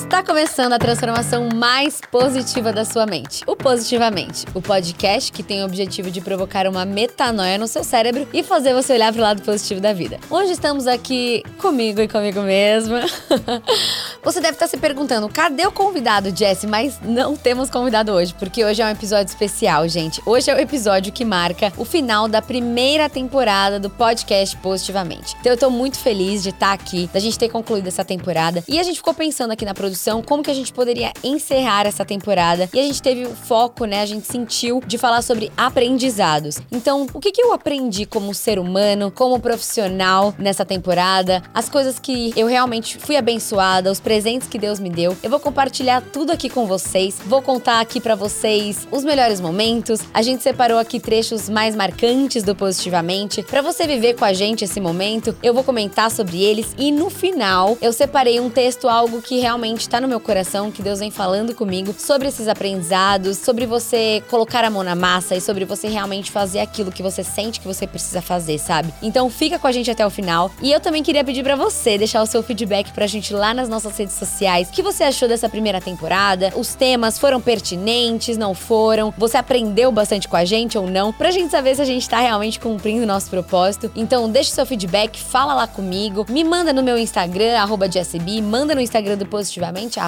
Está começando a transformação mais positiva da sua mente, o Positivamente, o podcast que tem o objetivo de provocar uma metanoia no seu cérebro e fazer você olhar para o lado positivo da vida. Hoje estamos aqui comigo e comigo mesma. Você deve estar se perguntando, cadê o convidado, Jessie? Mas não temos convidado hoje, porque hoje é um episódio especial, gente. Hoje é o episódio que marca o final da primeira temporada do podcast Positivamente. Então eu tô muito feliz de estar aqui, da gente ter concluído essa temporada. E a gente ficou pensando aqui na produção como que a gente poderia encerrar essa temporada. E a gente teve o foco, né? A gente sentiu de falar sobre aprendizados. Então, o que eu aprendi como ser humano, como profissional nessa temporada, as coisas que eu realmente fui abençoada, os presentes que Deus me deu. Eu vou compartilhar tudo aqui com vocês. Vou contar aqui pra vocês os melhores momentos. A gente separou aqui trechos mais marcantes do Positivamente pra você viver com a gente esse momento. Eu vou comentar sobre eles e no final eu separei um texto, algo que realmente tá no meu coração, que Deus vem falando comigo sobre esses aprendizados, sobre você colocar a mão na massa e sobre você realmente fazer aquilo que você sente que você precisa fazer, sabe? Então fica com a gente até o final. E eu também queria pedir pra você deixar o seu feedback pra gente lá nas nossas redes sociais. O que você achou dessa primeira temporada? Os temas foram pertinentes, não foram? Você aprendeu bastante com a gente ou não? Pra gente saber se a gente tá realmente cumprindo o nosso propósito. Então deixa o seu feedback, fala lá comigo, me manda no meu Instagram, @JessieB, manda no Instagram do Positivamente,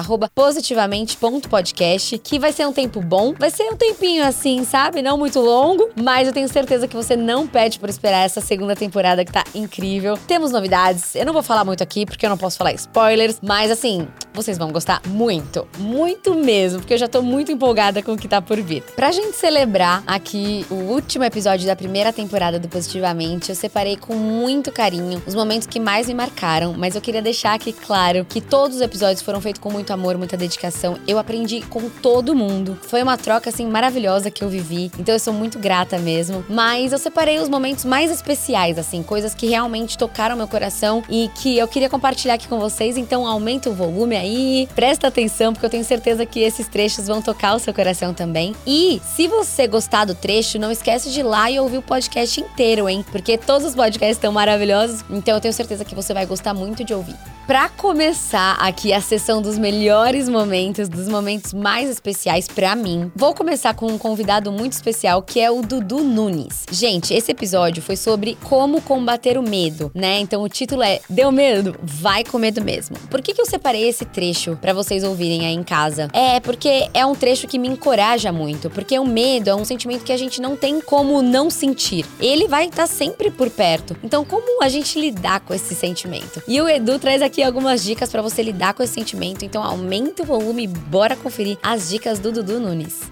@positivamente.podcast, que vai ser um tempo bom, vai ser um tempinho assim, sabe? Não muito longo, mas eu tenho certeza que você não pede por esperar essa segunda temporada que tá incrível. Temos novidades, eu não vou falar muito aqui porque eu não posso falar spoilers, mas assim, vocês vão gostar muito, muito mesmo, porque eu já tô muito empolgada com o que tá por vir. Pra gente celebrar aqui o último episódio da primeira temporada do Positivamente, eu separei com muito carinho os momentos que mais me marcaram, mas eu queria deixar aqui claro que todos os episódios foram feitos com muito amor, muita dedicação. Eu aprendi com todo mundo. Foi uma troca, assim, maravilhosa que eu vivi. Então eu sou muito grata mesmo. Mas eu separei os momentos mais especiais, assim, coisas que realmente tocaram meu coração e que eu queria compartilhar aqui com vocês. Então aumenta o volume aí, presta atenção, porque eu tenho certeza que esses trechos vão tocar o seu coração também. E se você gostar do trecho, não esquece de ir lá e ouvir o podcast inteiro, hein? Porque todos os podcasts estão maravilhosos. Então eu tenho certeza que você vai gostar muito de ouvir. Pra começar aqui a sessão dos melhores momentos, dos momentos mais especiais pra mim, vou começar com um convidado muito especial, que é o Dudu Nunes. Gente, esse episódio foi sobre como combater o medo, né? Então o título é Deu Medo? Vai com medo mesmo. Por que eu separei esse trecho pra vocês ouvirem aí em casa? É porque é um trecho que me encoraja muito, porque o medo é um sentimento que a gente não tem como não sentir. Ele vai estar sempre por perto. Então como a gente lidar com esse sentimento? E o Edu traz aqui algumas dicas pra você lidar com esse sentimento, então aumenta o volume e bora conferir as dicas do Dudu Nunes.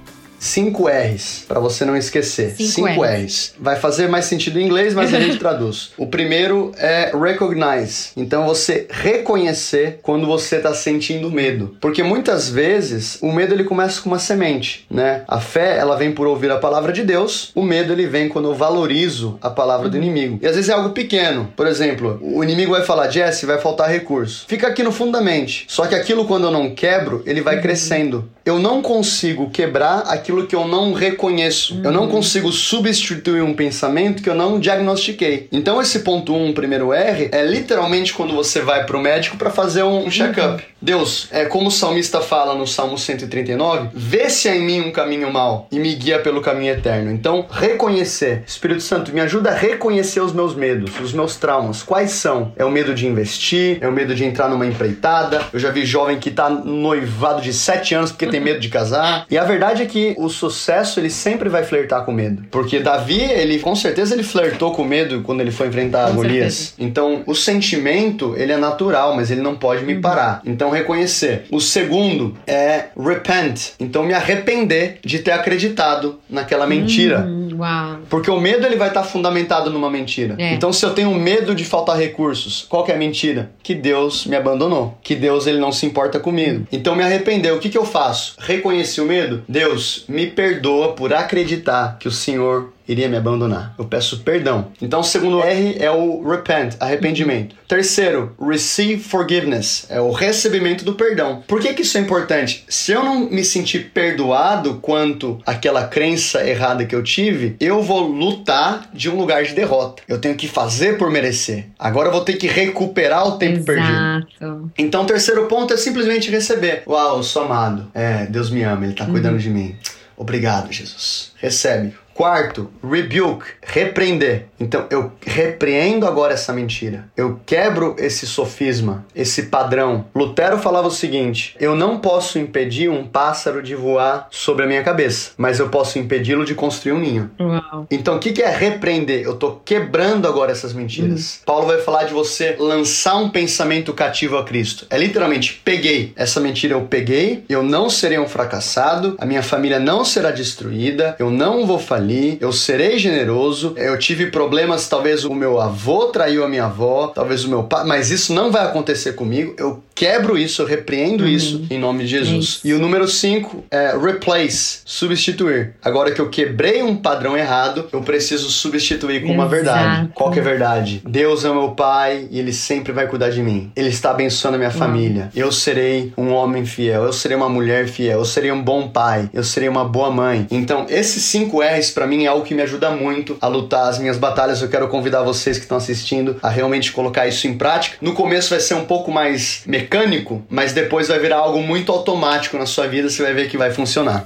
5 R's, pra você não esquecer. 5 R's. Vai fazer mais sentido em inglês, mas a gente traduz. O primeiro é recognize. Então, você reconhecer quando você tá sentindo medo. Porque muitas vezes, o medo ele começa com uma semente, né? A fé, ela vem por ouvir a palavra de Deus. O medo, ele vem quando eu valorizo a palavra do inimigo. E às vezes é algo pequeno. Por exemplo, o inimigo vai falar, Jessie, vai faltar recurso. Fica aqui no fundo da mente. Só que aquilo, quando eu não quebro, ele vai crescendo. Eu não consigo quebrar aquilo que eu não reconheço. Eu não consigo substituir um pensamento que eu não diagnostiquei. Então esse ponto 1, primeiro R, é literalmente quando você vai pro médico para fazer um check-up. Deus, como o salmista fala no Salmo 139, vê se há em mim um caminho mau e me guia pelo caminho eterno. Então, reconhecer. Espírito Santo, me ajuda a reconhecer os meus medos, os meus traumas. Quais são? É o medo de investir? É o medo de entrar numa empreitada? Eu já vi jovem que tá noivado de 7 anos porque tem medo de casar. E a verdade é que o sucesso, ele sempre vai flertar com medo. Porque Davi, com certeza ele flertou com medo quando ele foi enfrentar Golias. Então, o sentimento, ele é natural, mas ele não pode me parar. Então, reconhecer. O segundo é repent. Então, me arrepender de ter acreditado naquela mentira. Uau. Porque o medo, ele vai estar fundamentado numa mentira. Então, se eu tenho medo de faltar recursos, qual que é a mentira? Que Deus me abandonou. Que Deus, ele não se importa comigo. Então, me arrepender. O que eu faço? Reconheci o medo? Deus, me perdoa por acreditar que o Senhor iria me abandonar. Eu peço perdão. Então, o segundo R é o repent, arrependimento. Terceiro, receive forgiveness, é o recebimento do perdão. Por que isso é importante? Se eu não me sentir perdoado quanto àquela crença errada que eu tive, eu vou lutar de um lugar de derrota. Eu tenho que fazer por merecer. Agora eu vou ter que recuperar o tempo perdido. Então, o terceiro ponto é simplesmente receber. Uau, eu sou amado. Deus me ama, Ele tá cuidando de mim. Obrigado, Jesus. Recebe. Quarto, rebuke, repreender. Então, eu repreendo agora essa mentira. Eu quebro esse sofisma, esse padrão. Lutero falava o seguinte: eu não posso impedir um pássaro de voar sobre a minha cabeça, mas eu posso impedi-lo de construir um ninho. Uau. Então, o que é repreender? Eu tô quebrando agora essas mentiras. Paulo vai falar de você lançar um pensamento cativo a Cristo. É literalmente, peguei. Essa mentira eu peguei, eu não serei um fracassado, a minha família não será destruída, eu não vou falir, eu serei generoso, eu tive problemas, talvez o meu avô traiu a minha avó, talvez o meu pai, mas isso não vai acontecer comigo, eu quebro isso, eu repreendo isso em nome de Jesus. E o número 5 é replace, substituir. Agora que eu quebrei um padrão errado, eu preciso substituir com uma verdade. Qual que é a verdade? Deus é meu pai e Ele sempre vai cuidar de mim. Ele está abençoando a minha família. Eu serei um homem fiel, eu serei uma mulher fiel, eu serei um bom pai, eu serei uma boa mãe. Então, esses 5 R's pra mim é algo que me ajuda muito a lutar as minhas batalhas. Eu quero convidar vocês que estão assistindo a realmente colocar isso em prática. No começo vai ser um pouco mais mecânico, mas depois vai virar algo muito automático na sua vida, você vai ver que vai funcionar.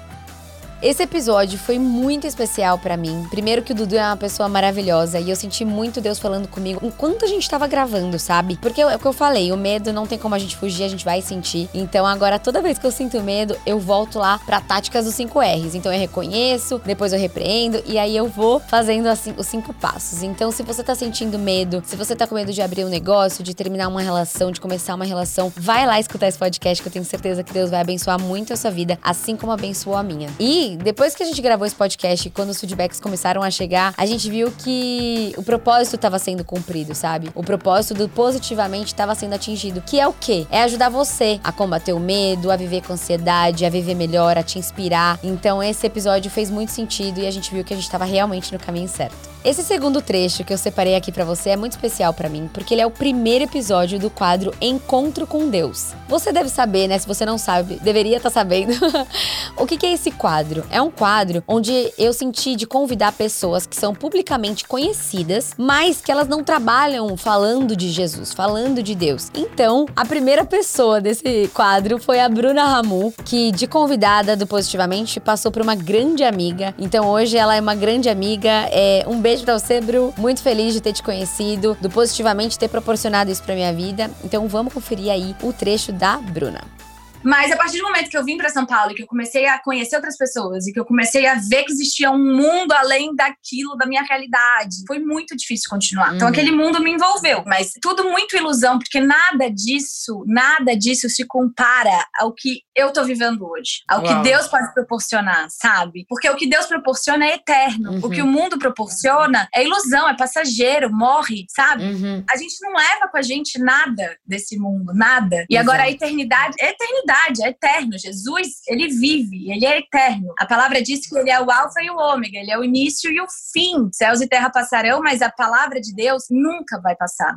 Esse episódio foi muito especial pra mim. Primeiro que o Dudu é uma pessoa maravilhosa e eu senti muito Deus falando comigo enquanto a gente tava gravando, sabe? Porque é o que eu falei, o medo não tem como a gente fugir, a gente vai sentir. Então agora toda vez que eu sinto medo, eu volto lá pra táticas dos 5 R's. Então eu reconheço, depois eu repreendo e aí eu vou fazendo assim os 5 passos. Então se você tá sentindo medo, se você tá com medo de abrir um negócio, de terminar uma relação, de começar uma relação, vai lá escutar esse podcast que eu tenho certeza que Deus vai abençoar muito a sua vida, assim como abençoou a minha. E depois que a gente gravou esse podcast, quando os feedbacks começaram a chegar, a gente viu que o propósito estava sendo cumprido, sabe? O propósito do positivamente estava sendo atingido. Que é o quê? É ajudar você a combater o medo, a viver com ansiedade, a viver melhor, a te inspirar. Então esse episódio fez muito sentido e a gente viu que a gente estava realmente no caminho certo. Esse segundo trecho que eu separei aqui pra você é muito especial pra mim, porque ele é o primeiro episódio do quadro Encontro com Deus. Você deve saber, né? Se você não sabe, deveria estar sabendo. O que é esse quadro? É um quadro onde eu senti de convidar pessoas que são publicamente conhecidas, mas que elas não trabalham falando de Jesus, falando de Deus. Então, a primeira pessoa desse quadro foi a Bruna Ramu, que de convidada do Positivamente passou por uma grande amiga. Então hoje ela é uma grande amiga. Um beijo pra você, Bru. Muito feliz de ter te conhecido, do Positivamente ter proporcionado isso pra minha vida. Então vamos conferir aí o trecho da Bruna. Mas a partir do momento que eu vim para São Paulo e que eu comecei a conhecer outras pessoas e que eu comecei a ver que existia um mundo além daquilo, da minha realidade, foi muito difícil continuar. Então aquele mundo me envolveu, mas tudo muito ilusão, porque nada disso se compara ao que eu tô vivendo hoje, ao que Deus pode proporcionar, sabe? Porque o que Deus proporciona é eterno. O que o mundo proporciona é ilusão, é passageiro, morre, sabe? A gente não leva com a gente nada desse mundo, nada. E agora a eternidade é eterno. Jesus, ele vive, ele é eterno. A palavra diz que ele é o alfa e o ômega, ele é o início e o fim. Céus e terra passarão, mas a palavra de Deus nunca vai passar.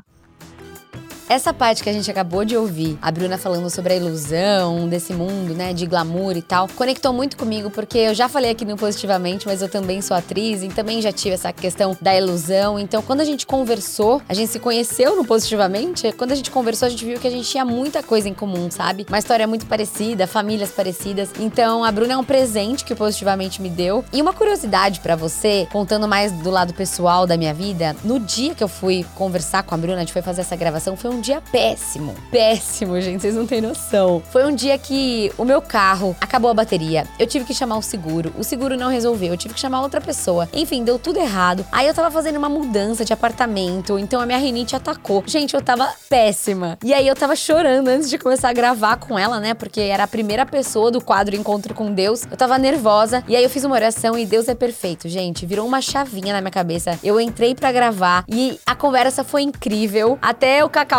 Essa parte que a gente acabou de ouvir, a Bruna falando sobre a ilusão desse mundo, né, de glamour e tal, conectou muito comigo, porque eu já falei aqui no Positivamente, mas eu também sou atriz e também já tive essa questão da ilusão. Então, quando a gente conversou, a gente se conheceu no Positivamente, quando a gente conversou, a gente viu que a gente tinha muita coisa em comum, sabe? Uma história muito parecida, famílias parecidas. Então, a Bruna é um presente que o Positivamente me deu. E uma curiosidade pra você, contando mais do lado pessoal da minha vida, no dia que eu fui conversar com a Bruna, a gente foi fazer essa gravação, foi um dia péssimo, gente, vocês não têm noção. Foi um dia que o meu carro acabou a bateria, eu tive que chamar o seguro não resolveu, eu tive que chamar outra pessoa, enfim, deu tudo errado. Aí eu tava fazendo uma mudança de apartamento, então a minha rinite atacou. Gente, eu tava péssima. E aí eu tava chorando antes de começar a gravar com ela, né, porque era a primeira pessoa do quadro Encontro com Deus. Eu tava nervosa, e aí eu fiz uma oração e Deus é perfeito, gente, virou uma chavinha na minha cabeça. Eu entrei pra gravar e a conversa foi incrível, até o Cacau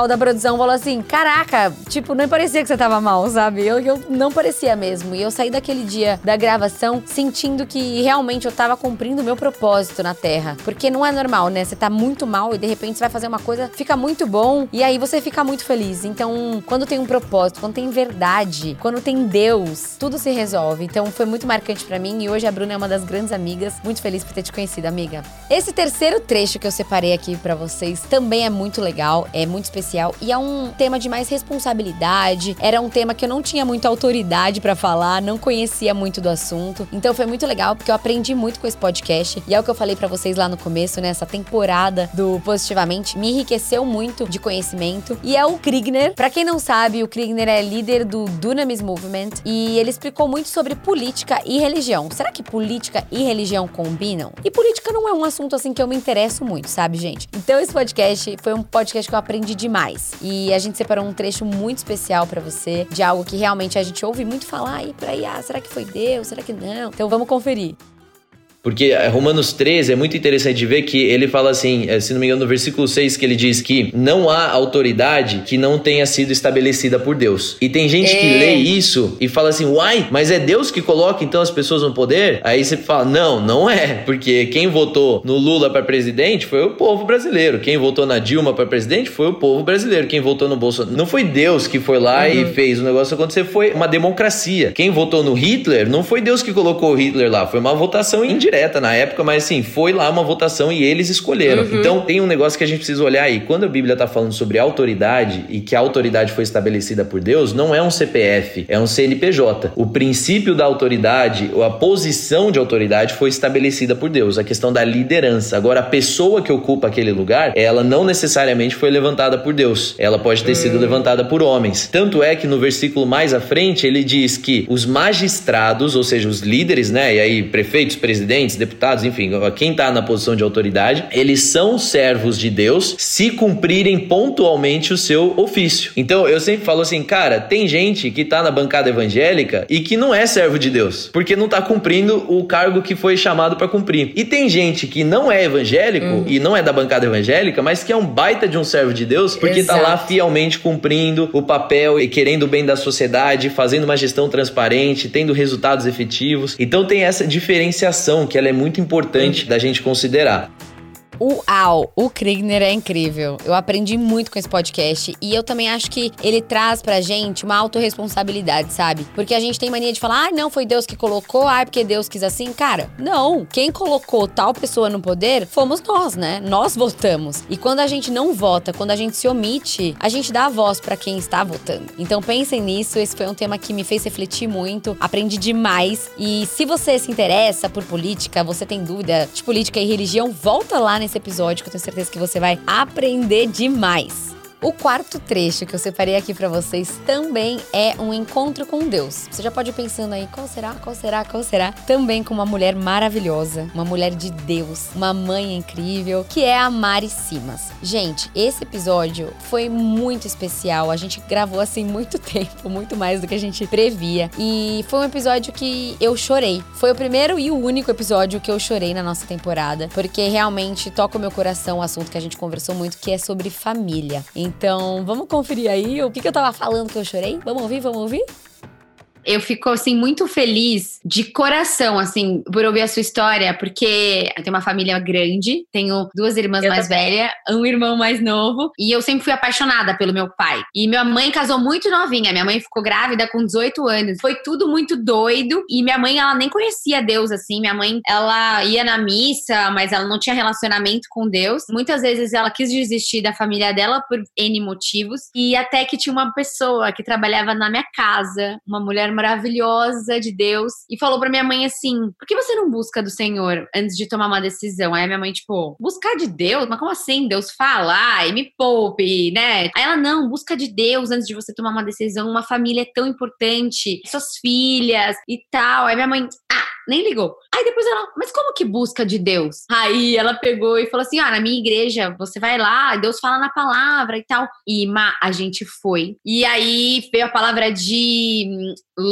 pessoal da produção falou assim, caraca, tipo, não parecia que você tava mal, sabe? Eu não parecia mesmo. E eu saí daquele dia da gravação sentindo que realmente eu tava cumprindo o meu propósito na Terra. Porque não é normal, né? Você tá muito mal e de repente você vai fazer uma coisa, fica muito bom e aí você fica muito feliz. Então, quando tem um propósito, quando tem verdade, quando tem Deus, tudo se resolve. Então, foi muito marcante pra mim e hoje a Bruna é uma das grandes amigas. Muito feliz por ter te conhecido, amiga. Esse terceiro trecho que eu separei aqui pra vocês também é muito legal, é muito especial e é um tema de mais responsabilidade. Era um tema que eu não tinha muita autoridade pra falar, não conhecia muito do assunto. Então foi muito legal porque eu aprendi muito com esse podcast e é o que eu falei pra vocês lá no começo, né? Essa temporada do Positivamente me enriqueceu muito de conhecimento e é o Kriegner. Pra quem não sabe, o Kriegner é líder do Dunamis Movement e ele explicou muito sobre política e religião. Será que política e religião combinam? E política não é um assunto assim que eu me interesso muito, sabe, gente? Então esse podcast foi um podcast que eu aprendi demais. E a gente separou um trecho muito especial pra você, de algo que realmente a gente ouve muito falar aí por aí, será que foi Deus? Será que não? Então vamos conferir. Porque Romanos 13 é muito interessante de ver que ele fala assim, se não me engano, no versículo 6, que ele diz que não há autoridade que não tenha sido estabelecida por Deus. E tem gente que lê isso e fala assim, uai, mas é Deus que coloca então as pessoas no poder? Aí você fala, não é. Porque quem votou no Lula para presidente foi o povo brasileiro. Quem votou na Dilma para presidente foi o povo brasileiro. Quem votou no Bolsonaro... Não foi Deus que foi lá e fez o negócio acontecer, foi uma democracia. Quem votou no Hitler, não foi Deus que colocou o Hitler lá, foi uma votação indireta na época, mas assim, foi lá uma votação e eles escolheram. Então tem um negócio que a gente precisa olhar aí. Quando a Bíblia tá falando sobre autoridade e que a autoridade foi estabelecida por Deus, não é um CPF, é um CNPJ. O princípio da autoridade, ou a posição de autoridade foi estabelecida por Deus, a questão da liderança. Agora, a pessoa que ocupa aquele lugar, ela não necessariamente foi levantada por Deus. Ela pode ter sido levantada por homens. Tanto é que no versículo mais à frente, ele diz que os magistrados, ou seja, os líderes, né, e aí prefeitos, presidentes, deputados, enfim, quem está na posição de autoridade, eles são servos de Deus se cumprirem pontualmente o seu ofício. Então, eu sempre falo assim, cara, tem gente que tá na bancada evangélica e que não é servo de Deus, porque não tá cumprindo o cargo que foi chamado para cumprir. E tem gente que não é evangélico e não é da bancada evangélica, mas que é um baita de um servo de Deus, porque tá lá fielmente cumprindo o papel e querendo o bem da sociedade, fazendo uma gestão transparente, tendo resultados efetivos. Então tem essa diferenciação que ela é muito importante da gente considerar. Uau, o Kriegner é incrível. Eu aprendi muito com esse podcast e eu também acho que ele traz pra gente uma autorresponsabilidade, sabe? Porque a gente tem mania de falar, não, foi Deus que colocou, porque Deus quis assim. Cara, não. Quem colocou tal pessoa no poder fomos nós, né? Nós votamos. E quando a gente não vota, quando a gente se omite, a gente dá a voz pra quem está votando. Então pensem nisso, esse foi um tema que me fez refletir muito, aprendi demais. E se você se interessa por política, você tem dúvida de política e religião, volta lá nesse episódio que eu tenho certeza que você vai aprender demais. O quarto trecho que eu separei aqui pra vocês também é um encontro com Deus. Você já pode ir pensando aí, qual será? Também com uma mulher maravilhosa, uma mulher de Deus, uma mãe incrível, que é a Mari Simas. Gente, esse episódio foi muito especial. A gente gravou assim muito tempo, muito mais do que a gente previa. E foi um episódio que eu chorei. Foi o primeiro e o único episódio que eu chorei na nossa temporada, porque realmente toca o meu coração o assunto que a gente conversou muito, que é sobre família. Então, vamos conferir aí o que eu tava falando que eu chorei? Vamos ouvir? Eu fico, assim, muito feliz de coração, assim, por ouvir a sua história, porque eu tenho uma família grande, tenho 2 irmãs mais velhas, um irmão mais novo, e eu sempre fui apaixonada pelo meu pai. E minha mãe casou muito novinha, minha mãe ficou grávida com 18 anos. Foi tudo muito doido, e minha mãe, ela nem conhecia Deus, assim. Minha mãe, ela ia na missa, mas ela não tinha relacionamento com Deus. Muitas vezes ela quis desistir da família dela por N motivos, e até que tinha uma pessoa que trabalhava na minha casa, uma mulher maravilhosa de Deus, e falou pra minha mãe assim, por que você não busca do Senhor antes de tomar uma decisão? Aí a minha mãe, tipo, buscar de Deus? Mas como assim? Deus fala, ai, me poupe, né? Aí ela, não, busca de Deus antes de você tomar uma decisão, uma família é tão importante, suas filhas e tal. Aí minha mãe, nem ligou. Aí depois ela, mas como que busca de Deus? Aí ela pegou e falou assim, na minha igreja, você vai lá, Deus fala na palavra e tal. E a gente foi. E aí veio a palavra de Ló,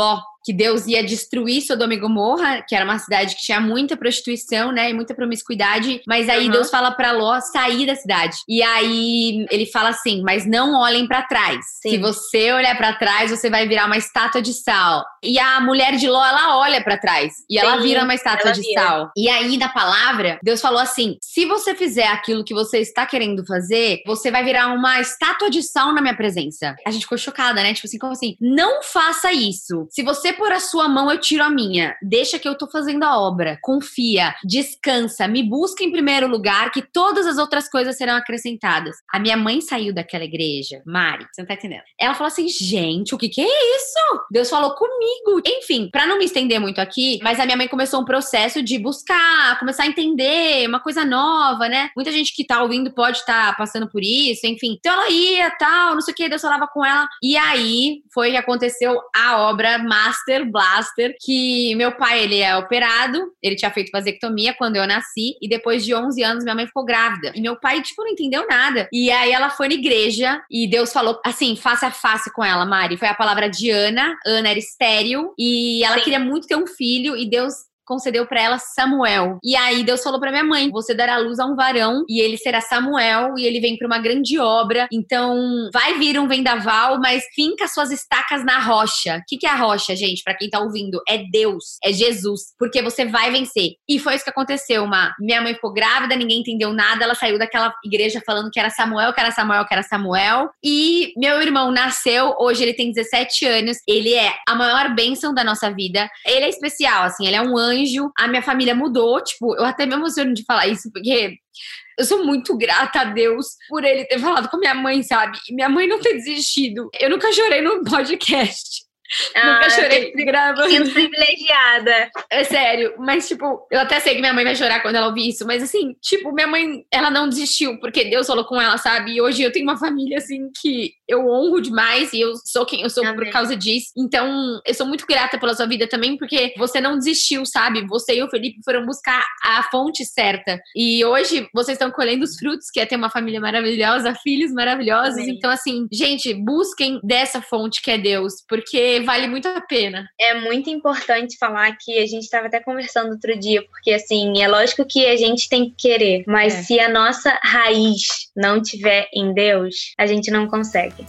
que Deus ia destruir Sodoma e Gomorra, que era uma cidade que tinha muita prostituição, né, e muita promiscuidade, mas aí Deus fala pra Ló sair da cidade. E aí ele fala assim, mas não olhem pra trás. Sim. Se você olhar pra trás, você vai virar uma estátua de sal. E a mulher de Ló, ela olha pra trás e ela vira uma estátua de sal. E aí na palavra, Deus falou assim, se você fizer aquilo que você está querendo fazer, você vai virar uma estátua de sal na minha presença. A gente ficou chocada, né? Tipo assim, como assim? Não faça isso. Se você pôr a sua mão, eu tiro a minha. Deixa que eu tô fazendo a obra. Confia, descansa, me busca em primeiro lugar, que todas as outras coisas serão acrescentadas. A minha mãe saiu daquela igreja, Mari, você não tá entendendo. Ela falou assim, gente, o que é isso? Deus falou comigo. Enfim, pra não me estender muito aqui, mas a minha mãe começou um processo de buscar, começar a entender uma coisa nova, né? Muita gente que tá ouvindo pode estar passando por isso, enfim. Então ela ia, tal, não sei o que, Deus falava com ela. E aí foi que aconteceu a obra Master Blaster, que meu pai, ele é operado, ele tinha feito vasectomia quando eu nasci, e depois de 11 anos minha mãe ficou grávida. E meu pai, tipo, não entendeu nada. E aí ela foi na igreja e Deus falou, assim, face a face com ela, Mari. Foi a palavra de Ana. Ana era estéril e ela queria muito ter um filho e Deus concedeu pra ela Samuel. E aí Deus falou pra minha mãe, você dará luz a um varão e ele será Samuel e ele vem pra uma grande obra. Então vai vir um vendaval, mas finca suas estacas na rocha. O que é a rocha, gente? Pra quem tá ouvindo, é Deus, é Jesus, porque você vai vencer. E foi isso que aconteceu, minha mãe ficou grávida, ninguém entendeu nada, ela saiu daquela igreja falando que era Samuel, que era Samuel, que era Samuel. E meu irmão nasceu, hoje ele tem 17 anos, ele é a maior bênção da nossa vida. Ele é especial, assim, ele é um anjo. A minha família mudou, tipo, eu até me emociono de falar isso, porque eu sou muito grata a Deus por ele ter falado com a minha mãe, sabe? E minha mãe não ter desistido. Eu nunca chorei no podcast. Nunca chorei gravando. Sendo privilegiada. É sério, mas tipo, eu até sei que minha mãe vai chorar quando ela ouvir isso, mas assim, tipo, minha mãe, ela não desistiu, porque Deus falou com ela, sabe? E hoje eu tenho uma família, assim, que eu honro demais e eu sou quem eu sou por causa disso. Então, eu sou muito grata pela sua vida também, porque você não desistiu, sabe? Você e o Felipe foram buscar a fonte certa. E hoje, vocês estão colhendo os frutos, que é ter uma família maravilhosa, filhos maravilhosos. Amém. Então, assim, gente, busquem dessa fonte que é Deus, porque vale muito a pena. É muito importante falar que a gente estava até conversando outro dia, porque assim, é lógico que a gente tem que querer, mas se a nossa raiz não tiver em Deus, a gente não consegue.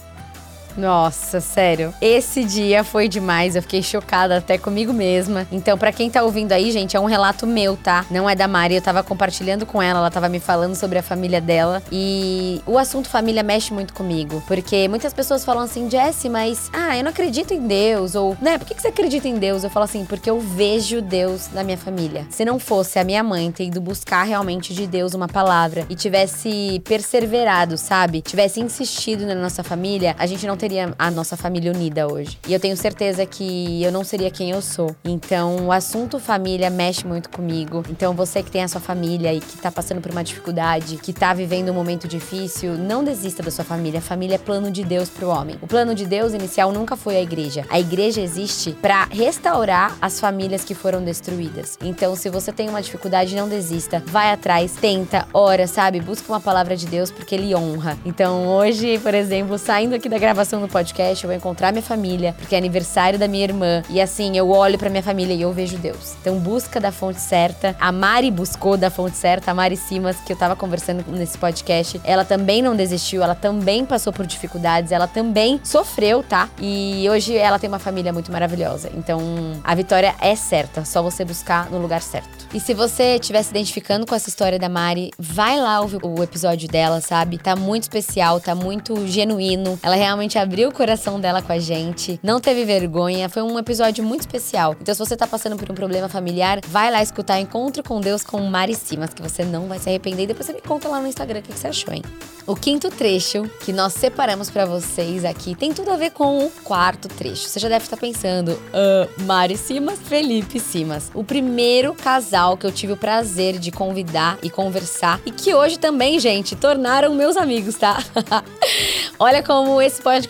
Nossa, sério. Esse dia foi demais, eu fiquei chocada até comigo mesma. Então, pra quem tá ouvindo aí, gente, é um relato meu, tá? Não é da Mari, eu tava compartilhando com ela tava me falando sobre a família dela. E o assunto família mexe muito comigo. Porque muitas pessoas falam assim, Jessie, mas, eu não acredito em Deus. Ou, né, por que você acredita em Deus? Eu falo assim, porque eu vejo Deus na minha família. Se não fosse a minha mãe ter ido buscar realmente de Deus uma palavra e tivesse perseverado, sabe? Tivesse insistido na nossa família, a gente não teria a nossa família unida hoje. E eu tenho certeza que eu não seria quem eu sou. Então, o assunto família mexe muito comigo. Então, você que tem a sua família e que tá passando por uma dificuldade, que tá vivendo um momento difícil, não desista da sua família. A família é plano de Deus pro homem. O plano de Deus inicial nunca foi a igreja. A igreja existe pra restaurar as famílias que foram destruídas. Então, se você tem uma dificuldade, não desista. Vai atrás, tenta, ora, sabe? Busca uma palavra de Deus porque Ele honra. Então, hoje, por exemplo, saindo aqui da gravação do podcast, eu vou encontrar minha família, porque é aniversário da minha irmã. E assim, eu olho pra minha família e eu vejo Deus. Então, busca da fonte certa. A Mari buscou da fonte certa, a Mari Simas, que eu tava conversando nesse podcast. Ela também não desistiu, ela também passou por dificuldades, ela também sofreu, tá? E hoje ela tem uma família muito maravilhosa. Então, a vitória é certa, só você buscar no lugar certo. E se você estiver se identificando com essa história da Mari, vai lá ouvir o episódio dela, sabe? Tá muito especial, tá muito genuíno. Ela realmente abriu o coração dela com a gente, não teve vergonha, foi um episódio muito especial. Então, se você tá passando por um problema familiar, vai lá escutar Encontro com Deus com Mari Simas, que você não vai se arrepender. E depois você me conta lá no Instagram o que você achou, hein? O quinto trecho que nós separamos pra vocês aqui tem tudo a ver com o quarto trecho. Você já deve estar pensando, Mari Simas, Felipe Simas. O primeiro casal que eu tive o prazer de convidar e conversar e que hoje também, gente, tornaram meus amigos, tá? Olha como esse podcast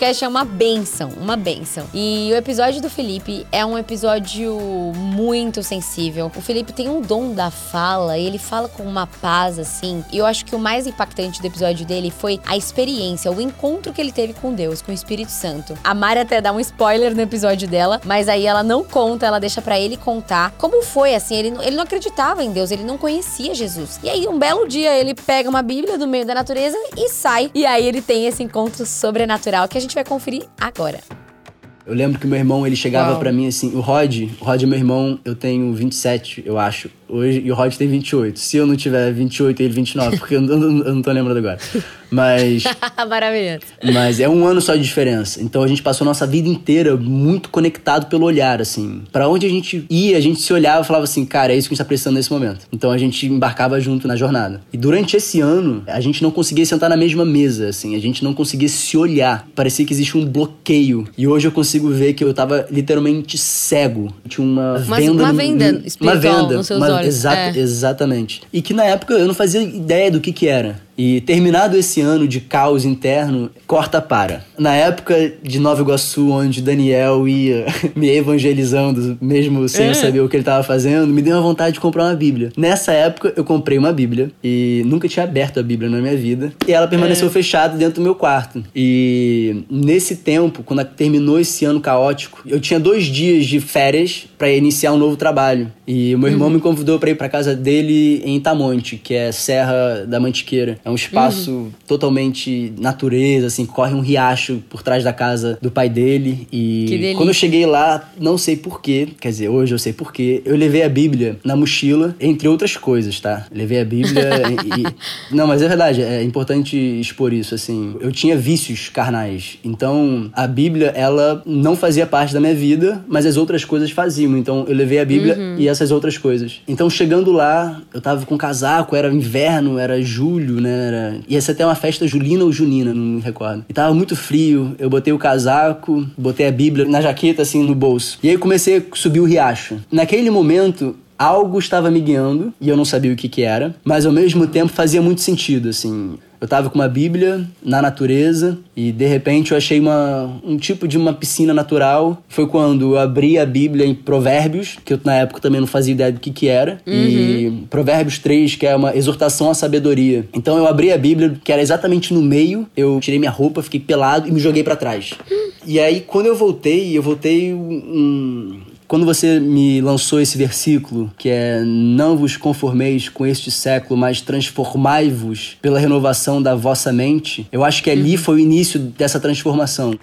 podcast é uma bênção, uma bênção. E o episódio do Felipe é um episódio muito sensível. O Felipe tem um dom da fala, ele fala com uma paz, assim. E eu acho que o mais impactante do episódio dele foi a experiência, o encontro que ele teve com Deus, com o Espírito Santo. A Mari até dá um spoiler no episódio dela, mas aí ela não conta, ela deixa pra ele contar como foi, assim. Ele não acreditava em Deus, ele não conhecia Jesus. E aí, um belo dia, ele pega uma Bíblia do meio da natureza e sai. E aí ele tem esse encontro sobrenatural que a gente vai conferir agora. Eu lembro que meu irmão, ele chegava pra mim assim, o Rod é meu irmão, eu tenho 27, eu acho, hoje, e o Rod tem 28. Se eu não tiver 28 e ele 29, porque eu não tô lembrando agora. Mas... Maravilhoso. Mas é um ano só de diferença. Então a gente passou a nossa vida inteira muito conectado pelo olhar, assim. Pra onde a gente ia, a gente se olhava e falava assim, cara, é isso que a gente tá precisando nesse momento. Então a gente embarcava junto na jornada. E durante esse ano, a gente não conseguia sentar na mesma mesa, assim. A gente não conseguia se olhar. Parecia que existia um bloqueio. E hoje eu consigo ver que eu tava literalmente cego. Tinha uma venda espiritual nos seus olhos. Exatamente. E que na época eu não fazia ideia do que era. E terminado esse ano de caos interno, corta para. Na época de Nova Iguaçu, onde Daniel ia me evangelizando, mesmo sem eu saber o que ele estava fazendo, me deu uma vontade de comprar uma Bíblia. Nessa época, eu comprei uma Bíblia e nunca tinha aberto a Bíblia na minha vida. E ela permaneceu fechada dentro do meu quarto. E nesse tempo, quando terminou esse ano caótico, eu tinha 2 dias de férias para iniciar um novo trabalho. E o meu irmão me convidou para ir para casa dele em Itamonte, que é Serra da Mantiqueira. É um espaço totalmente natureza, assim, corre um riacho por trás da casa do pai dele. E quando eu cheguei lá, não sei porquê, quer dizer, hoje eu sei porquê, eu levei a Bíblia na mochila, entre outras coisas, tá? Levei a Bíblia Não, mas é verdade, é importante expor isso, assim. Eu tinha vícios carnais, então a Bíblia, ela não fazia parte da minha vida, mas as outras coisas faziam. Então eu levei a Bíblia e essas outras coisas. Então chegando lá, eu tava com casaco, era inverno, era julho, né? Ia ser até uma festa julina ou junina, não me recordo. E tava muito frio, eu botei o casaco, botei a Bíblia na jaqueta, assim, no bolso. E aí comecei a subir o riacho. Naquele momento, algo estava me guiando, e eu não sabia o que era, mas ao mesmo tempo fazia muito sentido, assim. Eu tava com uma Bíblia na natureza e de repente eu achei um tipo de uma piscina natural. Foi quando eu abri a Bíblia em Provérbios, que eu na época também não fazia ideia do que era. E Provérbios 3, que é uma exortação à sabedoria. Então eu abri a Bíblia, que era exatamente no meio. Eu tirei minha roupa, fiquei pelado e me joguei pra trás. E aí quando eu voltei Quando você me lançou esse versículo, que é não vos conformeis com este século, mas transformai-vos pela renovação da vossa mente, eu acho que ali foi o início dessa transformação.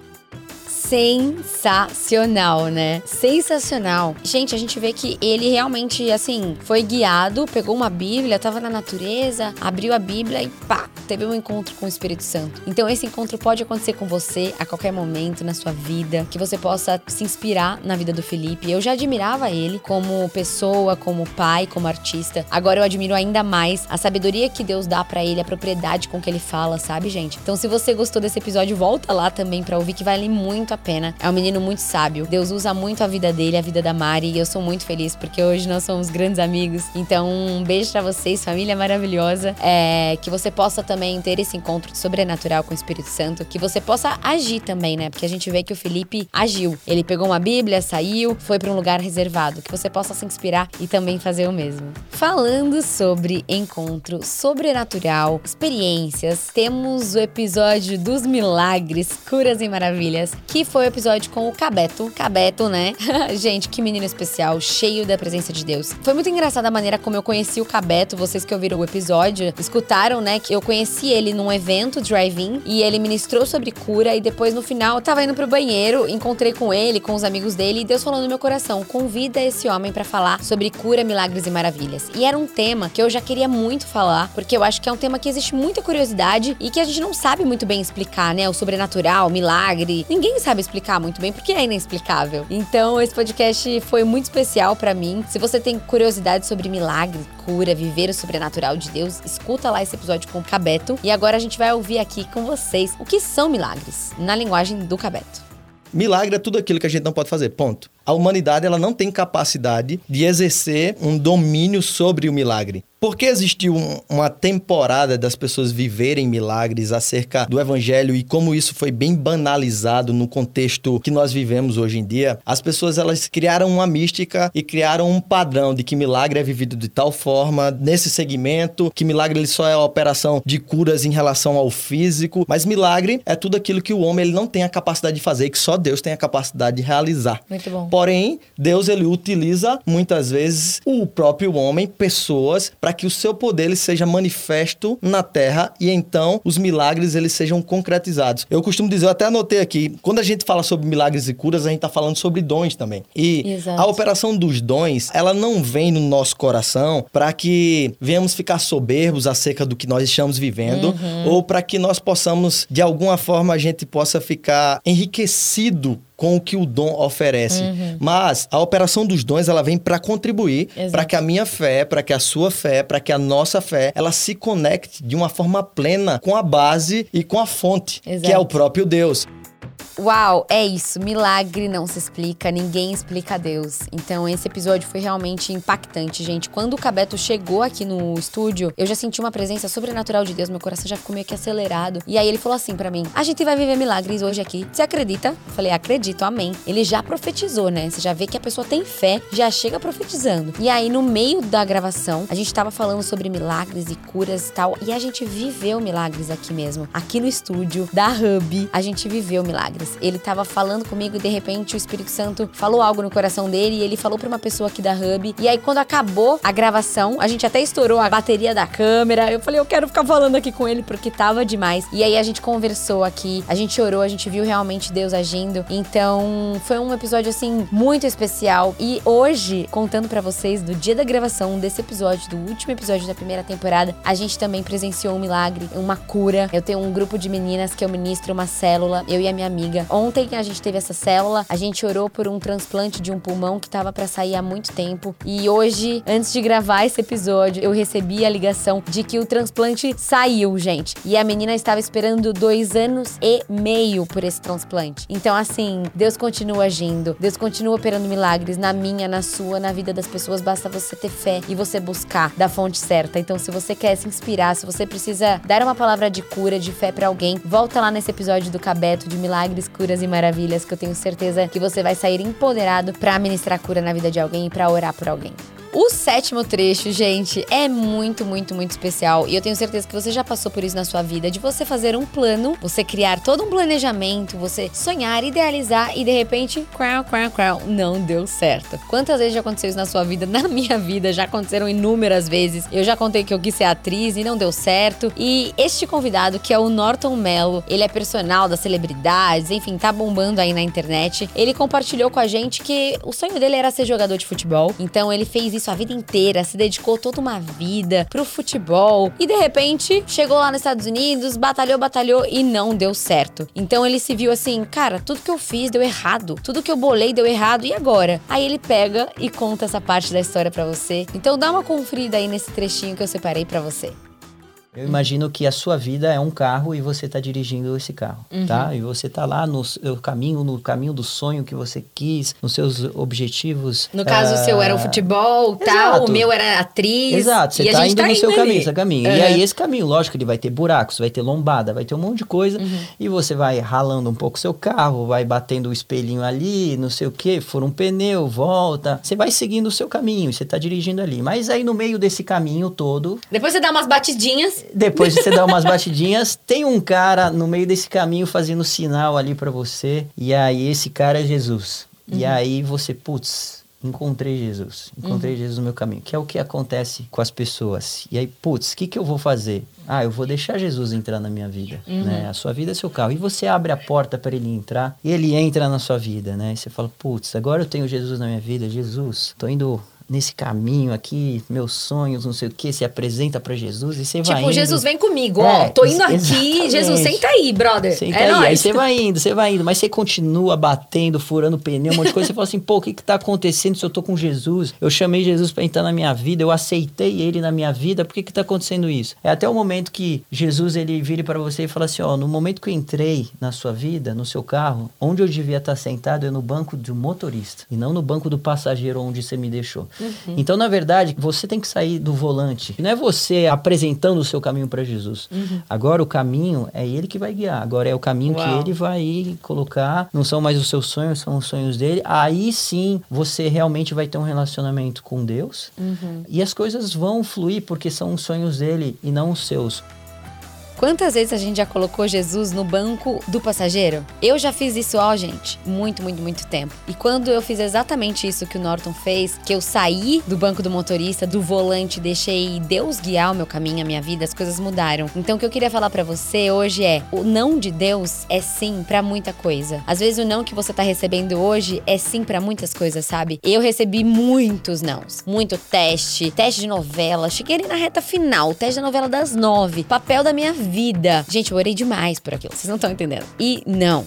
Sensacional, né? Sensacional. Gente, a gente vê que ele realmente, assim, foi guiado, pegou uma Bíblia, tava na natureza, abriu a Bíblia e pá, teve um encontro com o Espírito Santo. Então esse encontro pode acontecer com você a qualquer momento na sua vida, que você possa se inspirar na vida do Felipe. Eu já admirava ele como pessoa, como pai, como artista. Agora eu admiro ainda mais a sabedoria que Deus dá pra ele, a propriedade com que ele fala, sabe, gente? Então se você gostou desse episódio, volta lá também pra ouvir, que vale muito a pena. É um menino muito sábio. Deus usa muito a vida dele, a vida da Mari, e eu sou muito feliz porque hoje nós somos grandes amigos. Então, um beijo pra vocês, família maravilhosa. Que você possa também ter esse encontro sobrenatural com o Espírito Santo, que você possa agir também, né? Porque a gente vê que o Felipe agiu. Ele pegou uma Bíblia, saiu, foi pra um lugar reservado. Que você possa se inspirar e também fazer o mesmo. Falando sobre encontro sobrenatural, experiências, temos o episódio dos milagres, curas e maravilhas, que foi o episódio com o Cabeto. Cabeto, né? Gente, que menino especial, cheio da presença de Deus. Foi muito engraçada a maneira como eu conheci o Cabeto. Vocês que ouviram o episódio, escutaram, né? Que eu conheci ele num evento drive-in e ele ministrou sobre cura e depois no final eu tava indo pro banheiro, encontrei com ele, com os amigos dele e Deus falou no meu coração, convida esse homem pra falar sobre cura, milagres e maravilhas. E era um tema que eu já queria muito falar, porque eu acho que é um tema que existe muita curiosidade e que a gente não sabe muito bem explicar, né? O sobrenatural, o milagre. Ninguém sabe explicar muito bem porque é inexplicável. Então esse podcast foi muito especial pra mim. Se você tem curiosidade sobre milagre, cura, viver o sobrenatural de Deus, escuta lá esse episódio com o Cabeto. E agora a gente vai ouvir aqui com vocês o que são milagres, na linguagem do Cabeto. Milagre é tudo aquilo que a gente não pode fazer, ponto. A humanidade ela não tem capacidade de exercer um domínio sobre o milagre. Porque existiu uma temporada das pessoas viverem milagres acerca do evangelho e como isso foi bem banalizado no contexto que nós vivemos hoje em dia, as pessoas elas criaram uma mística e criaram um padrão de que milagre é vivido de tal forma, nesse segmento, que milagre ele só é a operação de curas em relação ao físico, mas milagre é tudo aquilo que o homem ele não tem a capacidade de fazer e que só Deus tem a capacidade de realizar. Muito bom. Porém, Deus ele utiliza muitas vezes o próprio homem, pessoas, para que o seu poder ele seja manifesto na terra e então os milagres eles sejam concretizados. Eu costumo dizer, eu até anotei aqui, quando a gente fala sobre milagres e curas, a gente está falando sobre dons também. E Exato. A operação dos dons, ela não vem no nosso coração para que venhamos ficar soberbos acerca do que nós estamos vivendo ou para que nós possamos, de alguma forma, a gente possa ficar enriquecido com o que o dom oferece. Mas a operação dos dons, ela vem para contribuir para que a minha fé, para que a sua fé, para que a nossa fé, ela se conecte de uma forma plena com a base e com a fonte, que é o próprio Deus. Uau, é isso. Milagre não se explica, ninguém explica a Deus. Então esse episódio foi realmente impactante, gente. Quando o Cabeto chegou aqui no estúdio, eu já senti uma presença sobrenatural de Deus, meu coração já ficou meio que acelerado. E aí ele falou assim pra mim, a gente vai viver milagres hoje aqui. Você acredita? Eu falei, acredito, amém. Ele já profetizou, né? Você já vê que a pessoa tem fé, já chega profetizando. E aí no meio da gravação, a gente tava falando sobre milagres e curas e tal, e a gente viveu milagres aqui mesmo. Aqui no estúdio da Hub, a gente viveu milagres. Ele tava falando comigo e de repente o Espírito Santo falou algo no coração dele e ele falou pra uma pessoa aqui da Hub. E aí quando acabou a gravação, a gente até estourou a bateria da câmera. Eu falei, eu quero ficar falando aqui com ele porque tava demais. E aí a gente conversou aqui, a gente orou, a gente viu realmente Deus agindo. Então foi um episódio assim muito especial. E hoje, contando pra vocês do dia da gravação desse episódio, do último episódio da primeira temporada, a gente também presenciou um milagre, uma cura. Eu tenho um grupo de meninas que eu ministro uma célula, eu e a minha amiga. Ontem a gente teve essa célula, a gente orou por um transplante de um pulmão que tava pra sair há muito tempo. E hoje, antes de gravar esse episódio, eu recebi a ligação de que o transplante saiu, gente. E a menina estava esperando 2 anos e meio por esse transplante. Então, assim, Deus continua agindo, Deus continua operando milagres na minha, na sua, na vida das pessoas. Basta você ter fé e você buscar da fonte certa. Então, se você quer se inspirar, se você precisa dar uma palavra de cura, de fé pra alguém, volta lá nesse episódio do Cabeto de Milagres, Curas e Maravilhas, que eu tenho certeza que você vai sair empoderado pra ministrar cura na vida de alguém e pra orar por alguém. O 7º trecho, gente, é muito, muito, muito especial. E eu tenho certeza que você já passou por isso na sua vida, de você fazer um plano, você criar todo um planejamento, você sonhar, idealizar e de repente, não deu certo. Quantas vezes já aconteceu isso na sua vida? Na minha vida, já aconteceram inúmeras vezes. Eu já contei que eu quis ser atriz e não deu certo. E este convidado, que é o Norton Mello, ele é personal das celebridades, enfim, tá bombando aí na internet. Ele compartilhou com a gente que o sonho dele era ser jogador de futebol. Então ele fez isso a vida inteira, se dedicou toda uma vida pro futebol e de repente chegou lá nos Estados Unidos, batalhou e não deu certo. Então ele se viu assim, cara, tudo que eu fiz deu errado, tudo que eu bolei deu errado, e agora? Aí ele pega e conta essa parte da história pra você. Então dá uma conferida aí nesse trechinho que eu separei pra você. Eu imagino que a sua vida é um carro e você está dirigindo esse carro, tá? E você está lá no caminho do sonho que você quis, nos seus objetivos. No caso, o seu era o futebol, tal, o meu era atriz. Exato, você está indo no seu caminho. E aí esse caminho, lógico, ele vai ter buracos, vai ter lombada, vai ter um monte de coisa. E você vai ralando um pouco o seu carro, vai batendo o espelhinho ali, não sei o quê, fura um pneu, volta. Você vai seguindo o seu caminho, você está dirigindo ali. Mas aí no meio desse caminho todo... Depois você dá umas batidinhas. Depois de você dar umas batidinhas, tem um cara no meio desse caminho fazendo sinal ali pra você. E aí esse cara é Jesus. E aí você, putz, encontrei Jesus. Encontrei Jesus no meu caminho. Que é o que acontece com as pessoas. E aí, putz, o que eu vou fazer? Eu vou deixar Jesus entrar na minha vida, né? A sua vida é seu carro. E você abre a porta para ele entrar e ele entra na sua vida, né? E você fala, putz, agora eu tenho Jesus na minha vida. Jesus, tô indo nesse caminho aqui, meus sonhos, não sei o que, se apresenta pra Jesus e você vai indo. Tipo, Jesus, vem comigo, ó, tô indo aqui, exatamente. Jesus, senta aí, brother. Senta aí, nóis. Aí você vai indo, mas você continua batendo, furando pneu, um monte de coisa, você fala assim, pô, o que tá acontecendo se eu tô com Jesus? Eu chamei Jesus pra entrar na minha vida, eu aceitei ele na minha vida, por que tá acontecendo isso? É até o momento que Jesus, ele vira pra você e fala assim, ó, no momento que eu entrei na sua vida, no seu carro, onde eu devia estar sentado é no banco do motorista, e não no banco do passageiro onde você me deixou. Então, na verdade, você tem que sair do volante. Não é você apresentando o seu caminho para Jesus. Agora, o caminho é ele que vai guiar. Agora, é o caminho que ele vai colocar. Não são mais os seus sonhos, são os sonhos dele. Aí, sim, você realmente vai ter um relacionamento com Deus. E as coisas vão fluir porque são os sonhos dele e não os seus. Quantas vezes a gente já colocou Jesus no banco do passageiro? Eu já fiz isso, gente, muito tempo. E quando eu fiz exatamente isso que o Norton fez, que eu saí do banco do motorista, do volante, deixei Deus guiar o meu caminho, a minha vida, as coisas mudaram. Então o que eu queria falar pra você hoje é, o não de Deus é sim pra muita coisa. Às vezes o não que você tá recebendo hoje é sim pra muitas coisas, sabe? Eu recebi muitos nãos, muito teste de novela, cheguei ali na reta final, teste da novela das 9, papel da minha vida. Gente, eu orei demais por aquilo, vocês não estão entendendo. E não.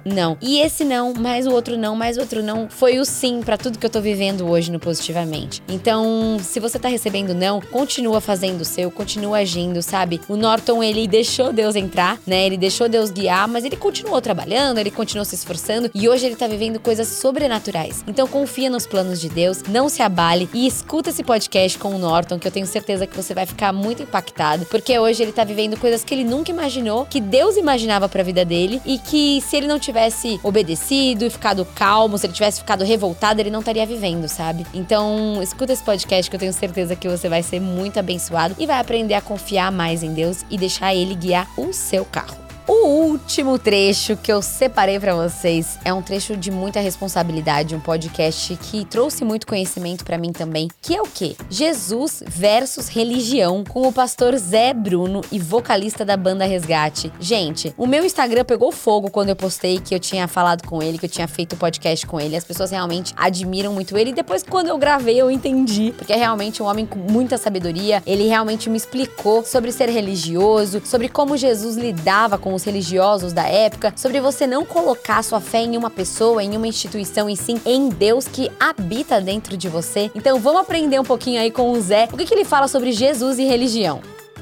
E esse não, mais o outro não, foi o sim pra tudo que eu tô vivendo hoje no Positivamente. Então, se você tá recebendo não, continua fazendo o seu, continua agindo, sabe? O Norton, ele deixou Deus entrar, né? Ele deixou Deus guiar, mas ele continuou trabalhando, ele continuou se esforçando e hoje ele tá vivendo coisas sobrenaturais. Então, confia nos planos de Deus, não se abale e escuta esse podcast com o Norton, que eu tenho certeza que você vai ficar muito impactado, porque hoje ele tá vivendo coisas que ele nunca imaginou, que Deus imaginava pra vida dele e que se ele não tivesse obedecido e ficado calmo, se ele tivesse ficado revoltado, ele não estaria vivendo, sabe? Então, escuta esse podcast que eu tenho certeza que você vai ser muito abençoado e vai aprender a confiar mais em Deus e deixar ele guiar o seu carro. O último trecho que eu separei pra vocês é um trecho de muita responsabilidade, um podcast que trouxe muito conhecimento pra mim também, que é o quê? Jesus versus religião, com o pastor Zé Bruno e vocalista da banda Resgate. Gente, o meu Instagram pegou fogo quando eu postei que eu tinha falado com ele, que eu tinha feito o podcast com ele. As pessoas realmente admiram muito ele e depois quando eu gravei eu entendi, porque é realmente um homem com muita sabedoria. Ele realmente me explicou sobre ser religioso, sobre como Jesus lidava com os religiosos da época, sobre você não colocar sua fé em uma pessoa, em uma instituição, e sim em Deus que habita dentro de você. Então vamos aprender um pouquinho aí com o Zé, o que ele fala sobre Jesus e religião.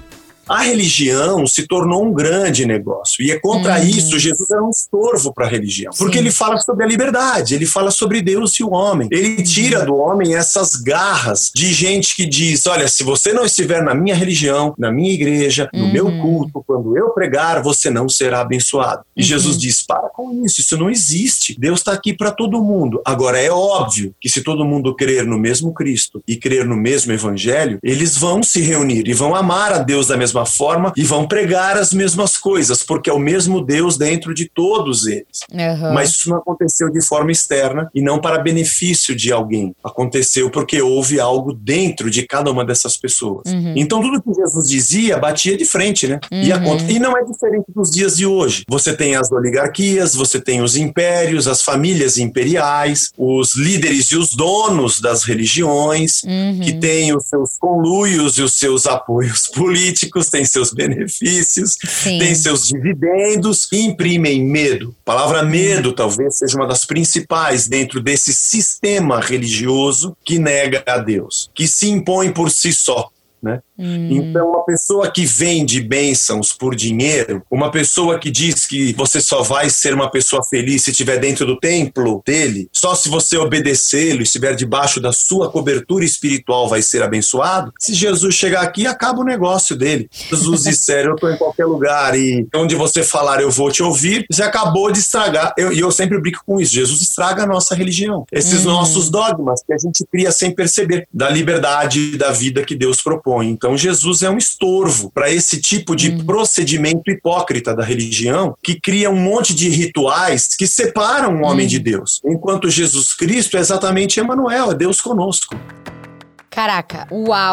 A religião se tornou um grande negócio. E é contra isso, Jesus é um estorvo para a religião. Porque ele fala sobre a liberdade, ele fala sobre Deus e o homem. Ele tira do homem essas garras de gente que diz, olha, se você não estiver na minha religião, na minha igreja, no meu culto, quando eu pregar, você não será abençoado. E Jesus diz, para com isso não existe. Deus está aqui para todo mundo. Agora, é óbvio que se todo mundo crer no mesmo Cristo e crer no mesmo evangelho, eles vão se reunir e vão amar a Deus da mesma forma e vão pregar as mesmas coisas, porque é o mesmo Deus dentro de todos eles. Mas isso não aconteceu de forma externa e não para benefício de alguém. Aconteceu porque houve algo dentro de cada uma dessas pessoas. Então tudo que Jesus dizia batia de frente, né? E não é diferente dos dias de hoje. Você tem as oligarquias, você tem os impérios, as famílias imperiais, os líderes e os donos das religiões, que têm os seus conluios e os seus apoios políticos, têm seus benefícios, têm seus dividendos e imprimem medo. A palavra medo talvez seja uma das principais dentro desse sistema religioso que nega a Deus, que se impõe por si só, né? Então, uma pessoa que vende bênçãos por dinheiro, uma pessoa que diz que você só vai ser uma pessoa feliz se estiver dentro do templo dele, só se você obedecê-lo e estiver debaixo da sua cobertura espiritual vai ser abençoado. Se Jesus chegar aqui, acaba o negócio dele. Jesus disser, eu estou em qualquer lugar e onde você falar eu vou te ouvir, você acabou de estragar. E eu sempre brinco com isso, Jesus estraga a nossa religião. Esses nossos dogmas que a gente cria sem perceber, da liberdade da vida que Deus propõe. Então, Jesus é um estorvo para esse tipo de procedimento hipócrita da religião que cria um monte de rituais que separam o homem de Deus. Enquanto Jesus Cristo é exatamente Emanuel, é Deus conosco. Caraca,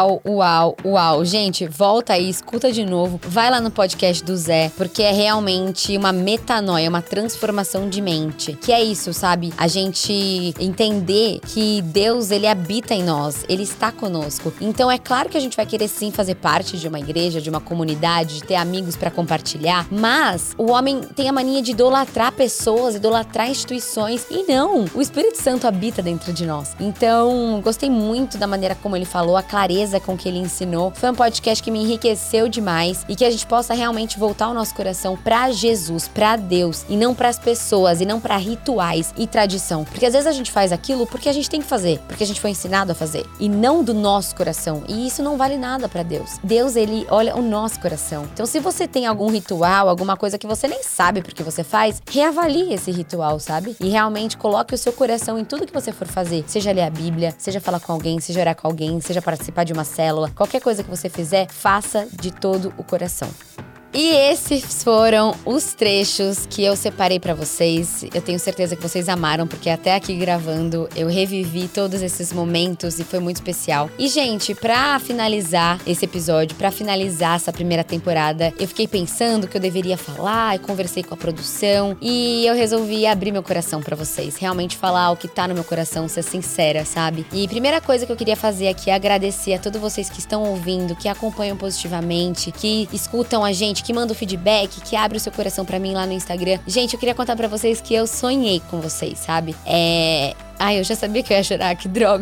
uau. Gente, volta aí, escuta de novo. Vai lá no podcast do Zé, porque é realmente uma metanoia, uma transformação de mente. Que é isso, sabe? A gente entender que Deus, ele habita em nós, ele está conosco. Então é claro que a gente vai querer sim fazer parte de uma igreja, de uma comunidade, de ter amigos pra compartilhar, mas o homem tem a mania de idolatrar pessoas, idolatrar instituições, e não, o Espírito Santo habita dentro de nós. Então, gostei muito da maneira como ele falou, a clareza com que ele ensinou. Foi um podcast que me enriqueceu demais e que a gente possa realmente voltar o nosso coração pra Jesus, pra Deus, e não pras pessoas, e não pra rituais e tradição. Porque às vezes a gente faz aquilo porque a gente tem que fazer, porque a gente foi ensinado a fazer, e não do nosso coração. E isso não vale nada pra Deus. Deus, ele olha o nosso coração. Então, se você tem algum ritual, alguma coisa que você nem sabe porque você faz, reavalie esse ritual, sabe? E realmente coloque o seu coração em tudo que você for fazer. Seja ler a Bíblia, seja falar com alguém, seja orar com alguém, seja participar de uma célula. Qualquer coisa que você fizer, faça de todo o coração. E esses foram os trechos que eu separei pra vocês. Eu tenho certeza que vocês amaram, porque até aqui gravando eu revivi todos esses momentos e foi muito especial. E, gente, pra finalizar esse episódio, pra finalizar essa primeira temporada, eu fiquei pensando o que eu deveria falar, eu conversei com a produção e eu resolvi abrir meu coração pra vocês. Realmente falar o que tá no meu coração, ser sincera, sabe? E primeira coisa que eu queria fazer aqui é agradecer a todos vocês que estão ouvindo, que acompanham positivamente, que escutam a gente, que manda o feedback, que abre o seu coração pra mim lá no Instagram. Gente, eu queria contar pra vocês que eu sonhei com vocês, sabe? Ai, eu já sabia que eu ia chorar, que droga.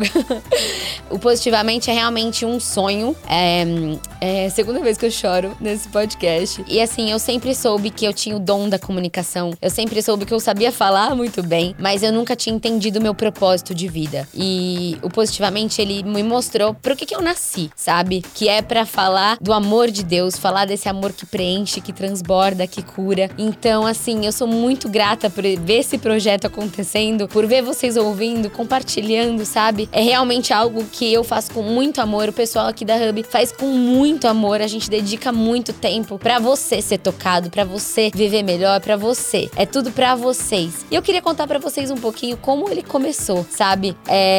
O Positivamente é realmente um sonho. É a segunda vez que eu choro nesse podcast. E assim, eu sempre soube que eu tinha o dom da comunicação. Eu sempre soube que eu sabia falar muito bem, mas eu nunca tinha entendido o meu propósito de vida. E o Positivamente, ele me mostrou pro que eu nasci, sabe? Que é pra falar do amor de Deus, falar desse amor que preenche, que transborda, que cura. Então, assim, eu sou muito grata por ver esse projeto acontecendo, por ver vocês ouvindo, compartilhando, sabe? É realmente algo que eu faço com muito amor, o pessoal aqui da Hub faz com muito amor, a gente dedica muito tempo pra você ser tocado, pra você viver melhor, pra você. É tudo pra vocês. E eu queria contar pra vocês um pouquinho como ele começou, sabe?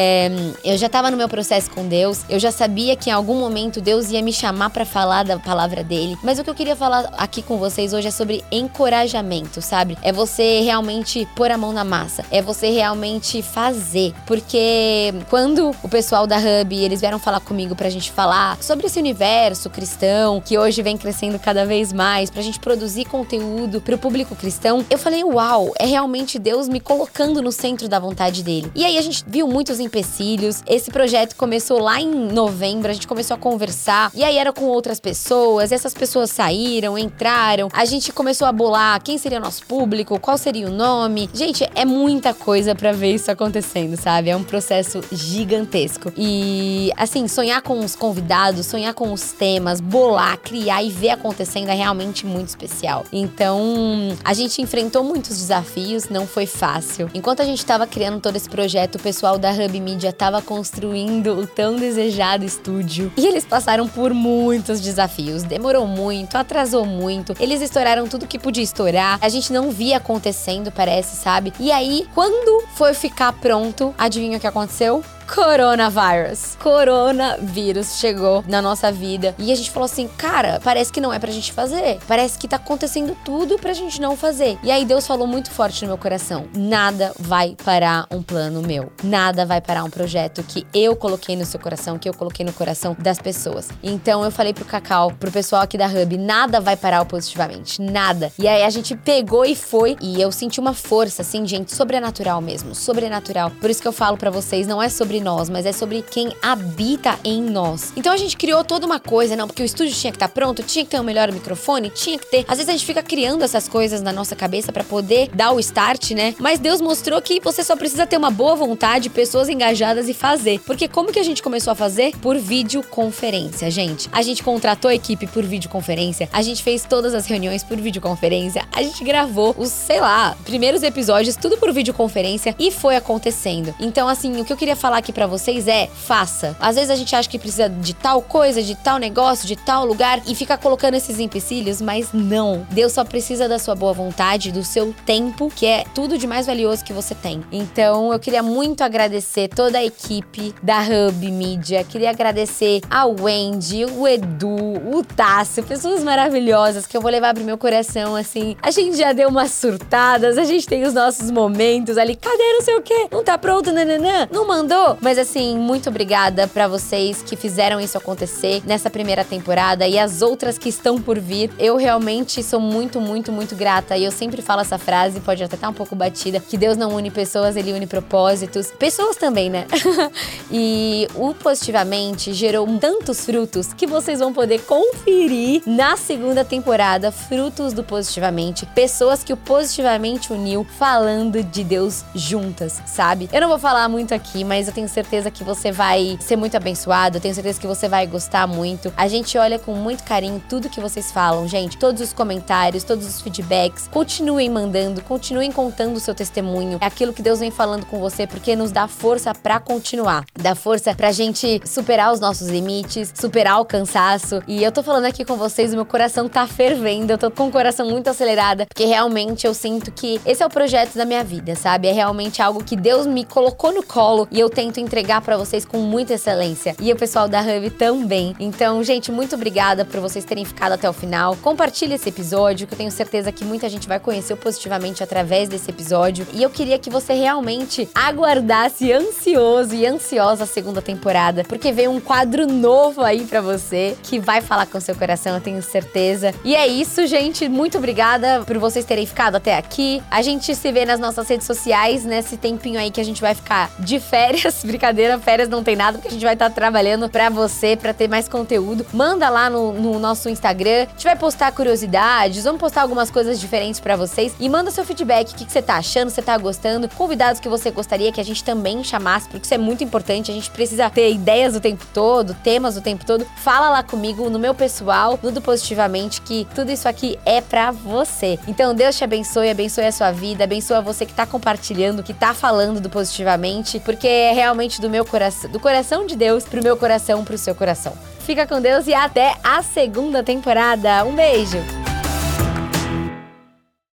Eu já tava no meu processo com Deus, eu já sabia que em algum momento Deus ia me chamar pra falar da palavra dele, mas o que eu queria falar aqui com vocês hoje é sobre encorajamento, sabe? É você realmente pôr a mão na massa, é você realmente fazer, porque quando o pessoal da Hub, eles vieram falar comigo pra gente falar sobre esse universo cristão, que hoje vem crescendo cada vez mais, pra gente produzir conteúdo pro público cristão, eu falei, uau, é realmente Deus me colocando no centro da vontade dele. E aí a gente viu muitos empecilhos, esse projeto começou lá em novembro, a gente começou a conversar, e aí era com outras pessoas, essas pessoas saíram, entraram, a gente começou a bolar quem seria o nosso público, qual seria o nome. Gente, é muita coisa pra ver isso acontecendo, sabe? É um processo gigantesco. E, assim, sonhar com os convidados, sonhar com os temas, bolar, criar e ver acontecendo é realmente muito especial. Então, a gente enfrentou muitos desafios, não foi fácil. Enquanto a gente tava criando todo esse projeto, o pessoal da Hub Media tava construindo o tão desejado estúdio. E eles passaram por muitos desafios. Demorou muito, atrasou muito. Eles estouraram tudo que podia estourar. A gente não via acontecendo, parece, sabe? E aí, quando foi ficar pronto, adivinha o que aconteceu? Coronavírus chegou na nossa vida e a gente falou assim, cara, parece que não é pra gente fazer, parece que tá acontecendo tudo pra gente não fazer. E aí Deus falou muito forte no meu coração, nada vai parar um plano meu, nada vai parar um projeto que eu coloquei no seu coração, que eu coloquei no coração das pessoas. Então eu falei pro Cacau, pro pessoal aqui da Hub, nada vai parar o Positivamente, nada. E aí a gente pegou e foi, e eu senti uma força, assim, gente, sobrenatural mesmo, sobrenatural. Por isso que eu falo pra vocês, não é sobre nós, mas é sobre quem habita em nós. Então a gente criou toda uma coisa, não, porque o estúdio tinha que estar pronto, tinha que ter um melhor microfone, tinha que ter. Às vezes a gente fica criando essas coisas na nossa cabeça pra poder dar o start, né? Mas Deus mostrou que você só precisa ter uma boa vontade, pessoas engajadas e fazer. Porque como que a gente começou a fazer? Por videoconferência, gente. A gente contratou a equipe por videoconferência, a gente fez todas as reuniões por videoconferência, a gente gravou os, sei lá, primeiros episódios, tudo por videoconferência e foi acontecendo. acontecendo. Então, assim, o que eu queria falar aqui pra vocês é, faça. Às vezes a gente acha que precisa de tal coisa, de tal negócio, de tal lugar e fica colocando esses empecilhos, mas não. Deus só precisa da sua boa vontade, do seu tempo, que é tudo de mais valioso que você tem. Então, eu queria muito agradecer toda a equipe da Hub Media. Queria agradecer ao Wendy, o Edu, o Tássio, pessoas maravilhosas que eu vou levar pro meu coração, assim. A gente já deu umas surtadas, a gente tem os nossos momentos ali. Cadê não sei o quê? Não tá pronto, nananã? Não mandou? Mas assim, muito obrigada pra vocês que fizeram isso acontecer nessa primeira temporada e as outras que estão por vir. Eu realmente sou muito, muito, muito grata. E eu sempre falo essa frase, pode até estar um pouco batida, que Deus não une pessoas, Ele une propósitos. Pessoas também, né? E o Positivamente gerou tantos frutos que vocês vão poder conferir na segunda temporada, frutos do Positivamente. Pessoas que o Positivamente uniu falando de Deus juntas, sabe? Eu não vou falar muito aqui, mas eu tenho certeza que você vai ser muito abençoado, eu tenho certeza que você vai gostar muito. A gente olha com muito carinho tudo que vocês falam, gente. Todos os comentários, todos os feedbacks. Continuem mandando, continuem contando o seu testemunho. É aquilo que Deus vem falando com você, porque nos dá força pra continuar. Dá força pra gente superar os nossos limites, superar o cansaço. E eu tô falando aqui com vocês, o meu coração tá fervendo, eu tô com o coração muito acelerada, porque realmente eu sinto que esse é o projeto da minha vida, sabe? É realmente algo que Deus me colocou no colo e eu tento entregar pra vocês com muita excelência. E o pessoal da Hub também. Então, gente, muito obrigada por vocês terem ficado até o final. Compartilhe esse episódio, que eu tenho certeza que muita gente vai conhecer o Positivamente através desse episódio. E eu queria que você realmente aguardasse ansioso e ansiosa a segunda temporada, porque veio um quadro novo aí pra você, que vai falar com o seu coração, eu tenho certeza. E é isso, gente. Muito obrigada por vocês terem ficado até aqui. A gente se vê nas nossas redes sociais, nesse tempinho aí que a gente vai ficar de férias. Brincadeira, férias não tem nada, porque a gente vai estar trabalhando pra você, pra ter mais conteúdo. Manda lá no nosso Instagram. A gente vai postar curiosidades, vamos postar algumas coisas diferentes pra vocês. E manda seu feedback, o que você tá achando, você tá gostando, convidados que você gostaria que a gente também chamasse, porque isso é muito importante. A gente precisa ter ideias o tempo todo, temas o tempo todo. Fala lá comigo, no meu pessoal, no do Positivamente, que tudo isso aqui é pra você. Então, Deus te abençoe, abençoe a sua vida, abençoe você que tá compartilhando, que tá falando do Positivamente, porque é realmente do meu coração, do coração de Deus pro meu coração, pro seu coração. Fica com Deus e até a segunda temporada. Um beijo!